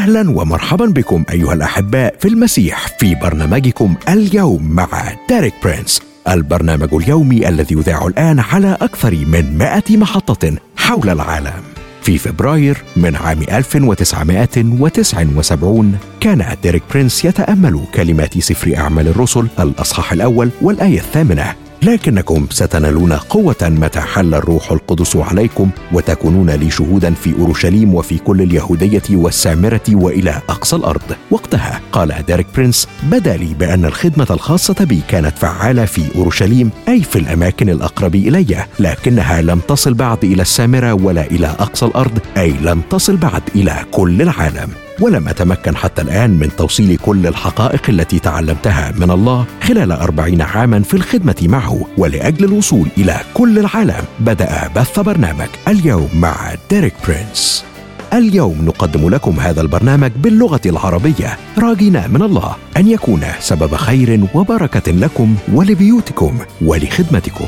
أهلا ومرحبا بكم أيها الأحباء في المسيح في برنامجكم اليوم مع ديريك برينس، البرنامج اليومي الذي يذاع الآن على أكثر من 100 محطة حول العالم. في فبراير من عام 1979 كان ديريك برينس يتأمل كلمات سفر أعمال الرسل الأصحاح الأول والآية 8: لكنكم ستنالون قوة متى حل الروح القدس عليكم وتكونون لي شهودا في أورشليم وفي كل اليهودية والسامرة وإلى أقصى الأرض. وقتها قال ديريك برينس: بدا لي بأن الخدمة الخاصة بي كانت فعالة في أورشليم، أي في الأماكن الأقرب إلي، لكنها لم تصل بعد إلى السامرة ولا إلى أقصى الأرض، أي لم تصل بعد إلى كل العالم. ولم أتمكن حتى الآن من توصيل كل الحقائق التي تعلمتها من الله خلال 40 عاما في الخدمة معه، ولأجل الوصول إلى كل العالم بدأ بث برنامج اليوم مع ديريك برينس. اليوم نقدم لكم هذا البرنامج باللغة العربية، راجين من الله أن يكون سبب خير وبركة لكم ولبيوتكم ولخدمتكم.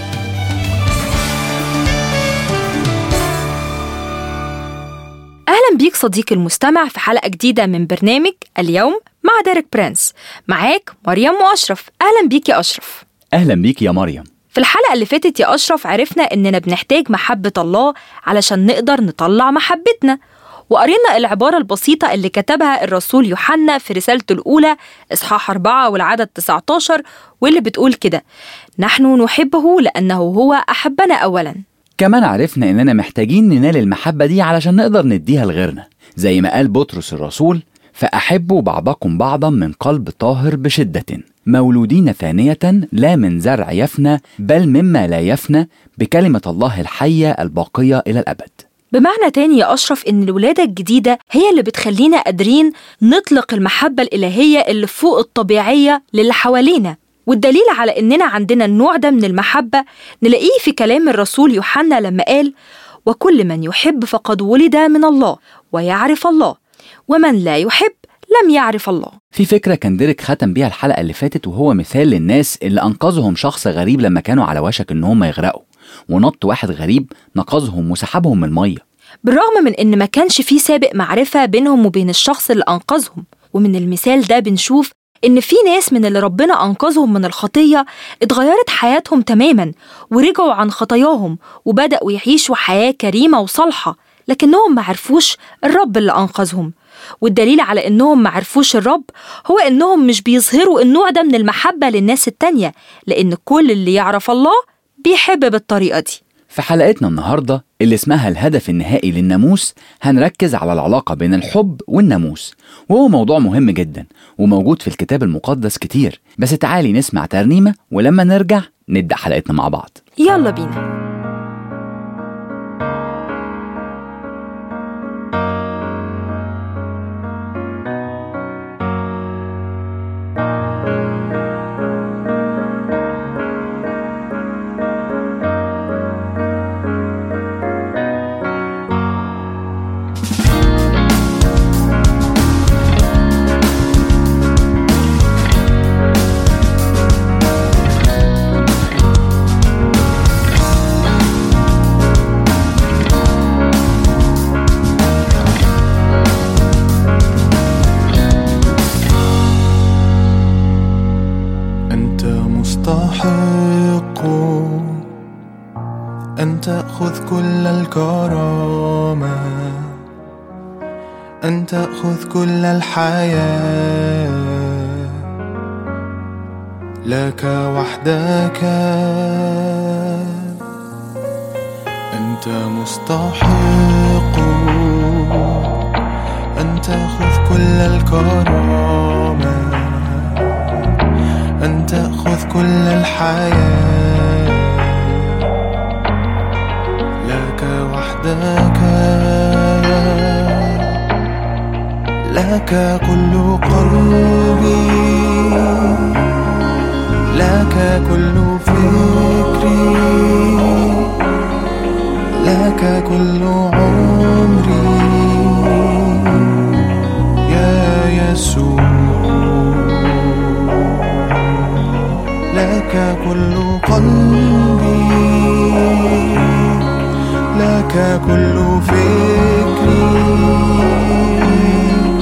أهلا بيك صديقي المستمع في حلقة جديدة من برنامج اليوم مع ديريك برينس. معاك مريم وأشرف. أهلا بيك يا أشرف. أهلا بيك يا مريم. في الحلقة اللي فاتت يا أشرف عرفنا إننا بنحتاج محبة الله علشان نقدر نطلع محبتنا، وقرينا العبارة البسيطة اللي كتبها الرسول يوحنا في رسالته الأولى إصحاح 4 والعدد 19، واللي بتقول كده: نحن نحبه لأنه هو أحبنا أولاً. كمان عرفنا إننا محتاجين ننال المحبة دي علشان نقدر نديها لغيرنا، زي ما قال بطرس الرسول: فأحبوا بعضكم بعضا من قلب طاهر بشدة، مولودين ثانية لا من زرع يفنى بل مما لا يفنى، بكلمة الله الحية الباقية إلى الأبد. بمعنى تاني يا أشرف إن الولادة الجديدة هي اللي بتخلينا قادرين نطلق المحبة الإلهية اللي فوق الطبيعية للي حوالينا، والدليل على إننا عندنا النوع ده من المحبة نلاقيه في كلام الرسول يوحنا لما قال: وكل من يحب فقد ولد من الله ويعرف الله، ومن لا يحب لم يعرف الله. في فكرة كان ديريك ختم بيها الحلقة اللي فاتت، وهو مثال للناس اللي أنقذهم شخص غريب لما كانوا على وشك إن هم يغرقوا، ونط واحد غريب نقذهم وسحبهم من المية، بالرغم من إن ما كانش فيه سابق معرفة بينهم وبين الشخص اللي أنقذهم. ومن المثال ده بنشوف إن في ناس من اللي ربنا أنقذهم من الخطية اتغيرت حياتهم تماماً، ورجعوا عن خطاياهم وبدأوا يعيشوا حياة كريمة وصالحة، لكنهم ما عرفوش الرب اللي أنقذهم. والدليل على إنهم ما عرفوش الرب هو إنهم مش بيظهروا النوع ده من المحبة للناس التانية، لأن كل اللي يعرف الله بيحب بالطريقة دي. في حلقتنا النهاردة اللي اسمها الهدف النهائي للناموس هنركز على العلاقة بين الحب والناموس، وهو موضوع مهم جدا وموجود في الكتاب المقدس كتير. بس تعالي نسمع ترنيمة ولما نرجع نبدأ حلقتنا مع بعض. يلا بينا. أن تأخذ كل الكرامة، أن تأخذ كل الحياة، لك وحدك أنت مستحق أن تأخذ كل الكرامة، أن تأخذ كل الحياة، لك وحدك، لك كل قلبي، لك كل فكري، لك كل عمري يا يسوع، لك كل قلبي، لك كل فكري،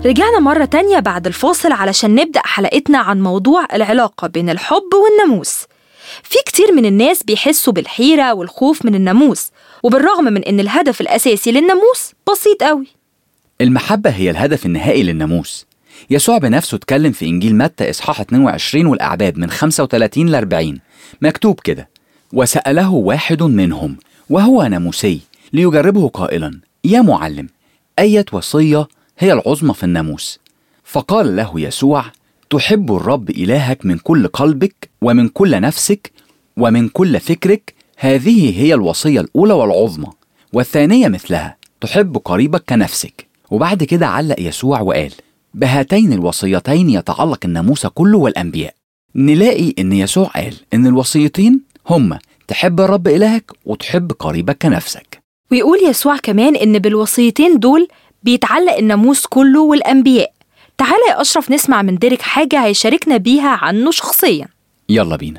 رجعنا مرة تانية بعد الفاصل علشان نبدأ حلقتنا عن موضوع العلاقة بين الحب والناموس. في كتير من الناس بيحسوا بالحيرة والخوف من الناموس، وبالرغم من إن الهدف الأساسي للناموس بسيط قوي. المحبة هي الهدف النهائي للناموس. يسوع بنفسه اتكلم في إنجيل متى إصحاح 22 والأعداد من 35 ل 40، مكتوب كده: وسأله واحد منهم وهو ناموسي ليجربه قائلا: يا معلم، أية وصية هي العظمى في الناموس؟ فقال له يسوع: تحب الرب إلهك من كل قلبك ومن كل نفسك ومن كل فكرك، هذه هي الوصية الأولى والعظمى، والثانية مثلها: تحب قريبك كنفسك. وبعد كده علق يسوع وقال: بهاتين الوصيتين يتعلق الناموس كله والأنبياء. نلاقي إن يسوع قال إن الوصيتين هما تحب الرب إلهك وتحب قريبك كنفسك. ويقول يسوع كمان إن بالوصيتين دول بيتعلق الناموس كله والأنبياء. تعالى يا أشرف نسمع من ديريك حاجة هيشاركنا بيها عنه شخصيا. يلا بينا.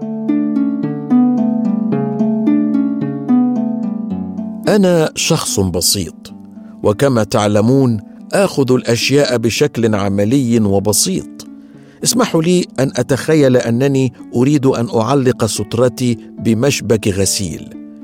أنا شخص بسيط، وكما تعلمون آخذ الأشياء بشكل عملي وبسيط. اسمحوا لي أن أتخيل أنني أريد أن أعلق سترتي بمشبك غسيل،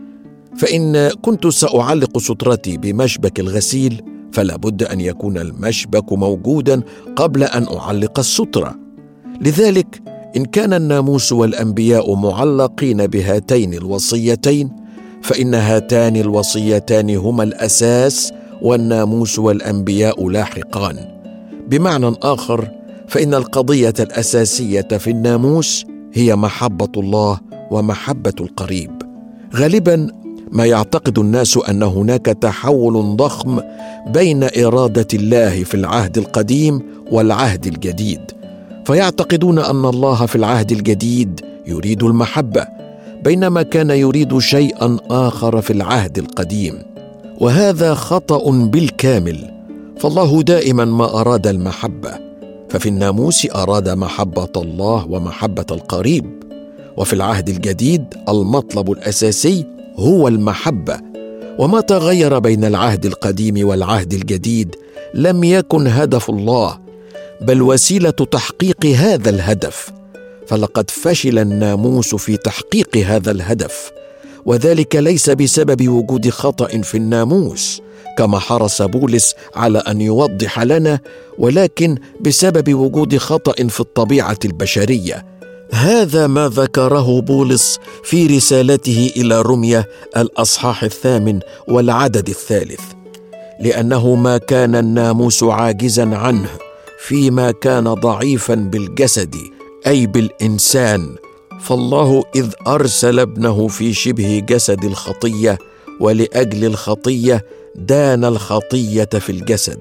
فإن كنت سأعلق سترتي بمشبك الغسيل فلا بد أن يكون المشبك موجودا قبل أن أعلق السترة. لذلك إن كان الناموس والأنبياء معلقين بهاتين الوصيتين، فإن هاتان الوصيتان هما الأساس والناموس والأنبياء لاحقان. بمعنى آخر، فإن القضية الأساسية في الناموس هي محبة الله ومحبة القريب. غالبا ما يعتقد الناس أن هناك تحول ضخم بين إرادة الله في العهد القديم والعهد الجديد، فيعتقدون أن الله في العهد الجديد يريد المحبة، بينما كان يريد شيئا آخر في العهد القديم، وهذا خطأ بالكامل. فالله دائما ما أراد المحبة، ففي الناموس أراد محبة الله ومحبة القريب، وفي العهد الجديد المطلب الأساسي هو المحبة. وما تغير بين العهد القديم والعهد الجديد لم يكن هدف الله، بل وسيلة تحقيق هذا الهدف. فلقد فشل الناموس في تحقيق هذا الهدف، وذلك ليس بسبب وجود خطأ في الناموس كما حرص بولس على أن يوضح لنا، ولكن بسبب وجود خطأ في الطبيعة البشرية. هذا ما ذكره بولس في رسالته إلى روميا الأصحاح 8 والعدد 3: لأنه ما كان الناموس عاجزا عنه فيما كان ضعيفا بالجسد، أي بالإنسان، فالله إذ أرسل ابنه في شبه جسد الخطية ولأجل الخطية دان الخطية في الجسد.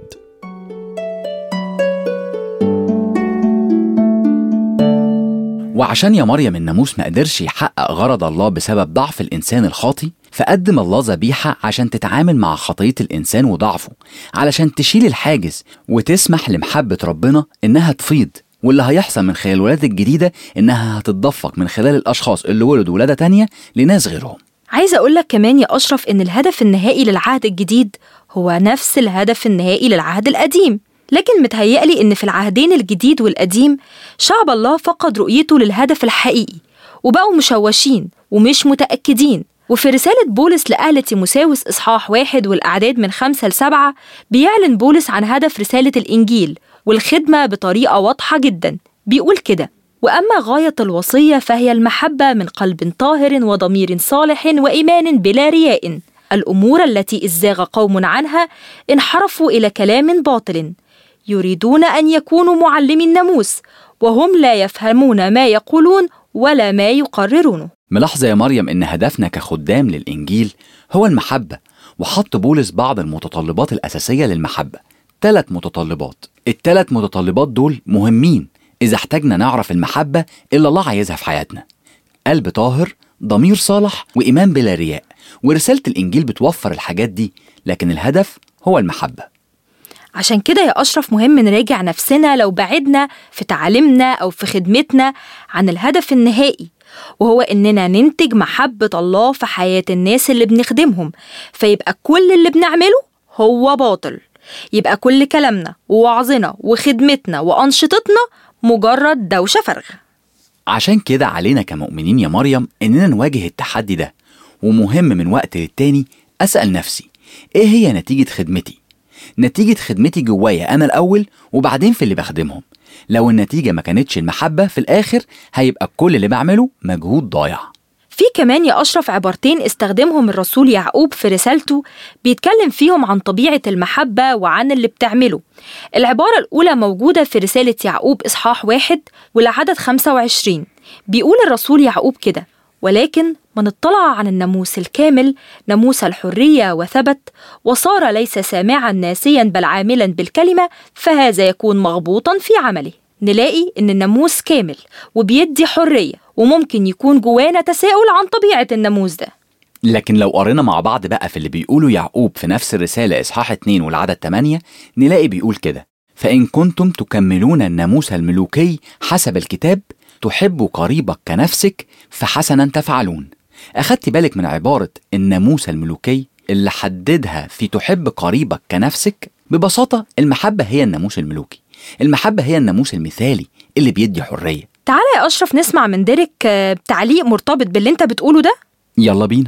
وعشان يا مريم الناموس ما قدرش يحقق غرض الله بسبب ضعف الإنسان الخاطي، فقدم الله ذبيحة عشان تتعامل مع خطية الإنسان وضعفه، علشان تشيل الحاجز وتسمح لمحبة ربنا إنها تفيض. واللي هيحصل من خلال الولادة الجديدة إنها هتتدفق من خلال الأشخاص اللي ولدوا ولادة تانية لناس غيرهم. عايزة أقولك كمان يا أشرف إن الهدف النهائي للعهد الجديد هو نفس الهدف النهائي للعهد القديم، لكن متهيألي إن في العهدين الجديد والقديم شعب الله فقد رؤيته للهدف الحقيقي، وبقوا مشوشين ومش متأكدين. وفي رسالة بولس لأهل تيموثاوس إصحاح 1 والأعداد من 5 ل 7 بيعلن بولس عن هدف رسالة الإنجيل والخدمة بطريقة واضحة جدا. بيقول كده: وأما غاية الوصية فهي المحبة من قلب طاهر وضمير صالح وإيمان بلا رياء، الأمور التي إذ زاغ قوم عنها انحرفوا إلى كلام باطل، يريدون أن يكونوا معلمي الناموس وهم لا يفهمون ما يقولون ولا ما يقررونه. ملاحظة يا مريم إن هدفنا كخدام للإنجيل هو المحبة، وحط بولس بعض المتطلبات الأساسية للمحبة، 3 متطلبات. ال3 متطلبات دول مهمين إذا احتاجنا نعرف المحبة اللي الله عايزها في حياتنا: قلب طاهر، ضمير صالح، وإيمان بلا رياء. ورسالة الإنجيل بتوفر الحاجات دي، لكن الهدف هو المحبة. عشان كده يا أشرف مهم نراجع نفسنا لو بعدنا في تعليمنا أو في خدمتنا عن الهدف النهائي، وهو إننا ننتج محبة الله في حياة الناس اللي بنخدمهم، فيبقى كل اللي بنعمله هو باطل. يبقى كل كلامنا ووعظنا وخدمتنا وأنشطتنا مجرد دوشة فارغة. عشان كده علينا كمؤمنين يا مريم إننا نواجه التحدي ده، ومهم من وقت للتاني أسأل نفسي إيه هي نتيجة خدمتي؟ نتيجة خدمتي جوايا أنا الأول وبعدين في اللي بخدمهم. لو النتيجة ما كانتش المحبة، في الآخر هيبقى كل اللي بعمله مجهود ضايع. في كمان يا أشرف عبارتين استخدمهم الرسول يعقوب في رسالته بيتكلم فيهم عن طبيعة المحبة وعن اللي بتعمله. العبارة الأولى موجودة في رسالة يعقوب إصحاح 1 والعدد 25. بيقول الرسول يعقوب كده: ولكن من اطلع عن الناموس الكامل، ناموس الحرية، وثبت وصار ليس سامعا ناسيا بل عاملا بالكلمة، فهذا يكون مغبوطا في عمله. نلاقي إن الناموس كامل وبيدي حرية، وممكن يكون جوانا تساؤل عن طبيعة الناموس ده. لكن لو قرينا مع بعض بقى في اللي بيقوله يعقوب في نفس الرسالة إصحاح 2 والعدد 8، نلاقي بيقول كده: فإن كنتم تكملون الناموس الملوكي حسب الكتاب، تحب قريبك كنفسك، فحسنا تفعلون. أخدت بالك من عبارة الناموس الملوكي اللي حددها في تحب قريبك كنفسك؟ ببساطة المحبة هي الناموس الملوكي، المحبة هي الناموس المثالي اللي بيدي حرية. تعالى يا أشرف نسمع من ديريك تعليق مرتبط باللي انت بتقوله ده. يلا بينا.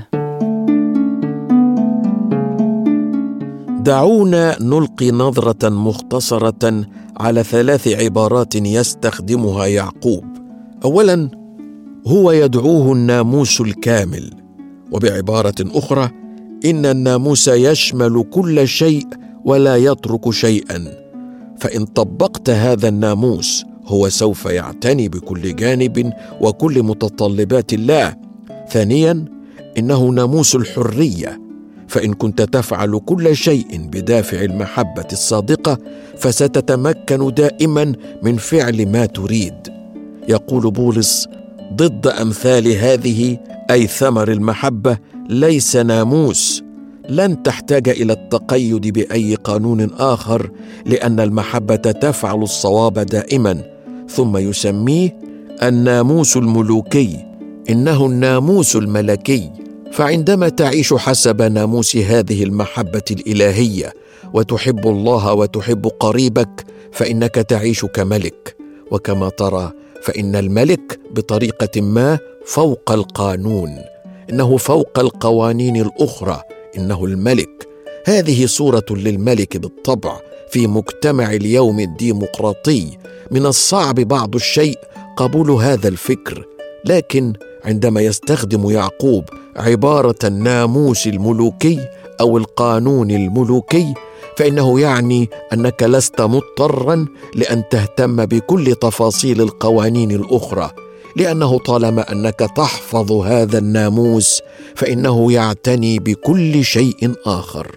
دعونا نلقي نظرة مختصرة على 3 عبارات يستخدمها يعقوب. أولاً، هو يدعوه الناموس الكامل، وبعبارة أخرى إن الناموس يشمل كل شيء ولا يترك شيئاً، فإن طبقت هذا الناموس هو سوف يعتني بكل جانب وكل متطلبات الله. ثانياً، إنه ناموس الحرية، فإن كنت تفعل كل شيء بدافع المحبة الصادقة فستتمكن دائما من فعل ما تريد. يقول بولس: ضد أمثال هذه أي ثمر المحبة ليس ناموس. لن تحتاج إلى التقيد بأي قانون آخر، لأن المحبة تفعل الصواب دائما. ثم يسميه الناموس الملوكي. إنه الناموس الملكي، فعندما تعيش حسب ناموس هذه المحبة الإلهية وتحب الله وتحب قريبك، فإنك تعيش كملك. وكما ترى فإن الملك بطريقة ما فوق القانون، إنه فوق القوانين الأخرى، إنه الملك. هذه صورة للملك بالطبع في مجتمع اليوم الديمقراطي. من الصعب بعض الشيء قبول هذا الفكر، لكن عندما يستخدم يعقوب عبارة الناموس الملوكي أو القانون الملوكي، فإنه يعني أنك لست مضطرا لأن تهتم بكل تفاصيل القوانين الأخرى، لأنه طالما أنك تحفظ هذا الناموس فإنه يعتني بكل شيء آخر.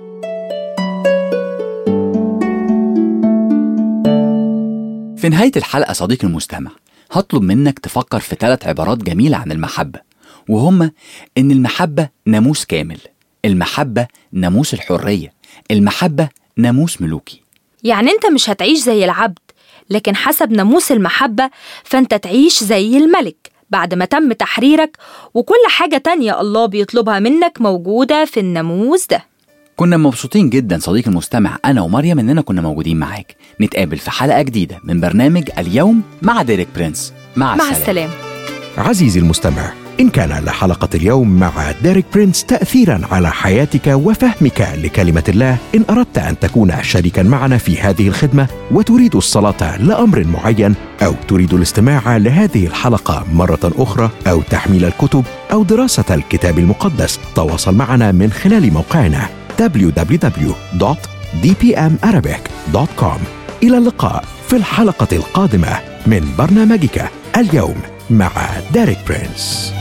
في نهاية الحلقة صديقي المستمع، هطلب منك تفكر في 3 عبارات جميلة عن المحبة، وهما إن المحبة ناموس كامل، المحبة ناموس الحرية، المحبة ناموس ملوكي. يعني أنت مش هتعيش زي العبد، لكن حسب ناموس المحبة فأنت تعيش زي الملك بعد ما تم تحريرك، وكل حاجة تانية الله بيطلبها منك موجودة في الناموس ده. كنا مبسوطين جدا صديقي المستمع أنا ومريم إننا كنا موجودين معاك. نتقابل في حلقة جديدة من برنامج اليوم مع ديريك برينس. مع السلامة. عزيزي المستمع، إن كان لحلقة اليوم مع ديريك برينس تأثيراً على حياتك وفهمك لكلمة الله، إن أردت أن تكون شريكاً معنا في هذه الخدمة وتريد الصلاة لأمر معين، أو تريد الاستماع لهذه الحلقة مرة أخرى، أو تحميل الكتب أو دراسة الكتاب المقدس، تواصل معنا من خلال موقعنا www.dpmarabic.com. إلى اللقاء في الحلقة القادمة من برنامجك اليوم مع ديريك برينس.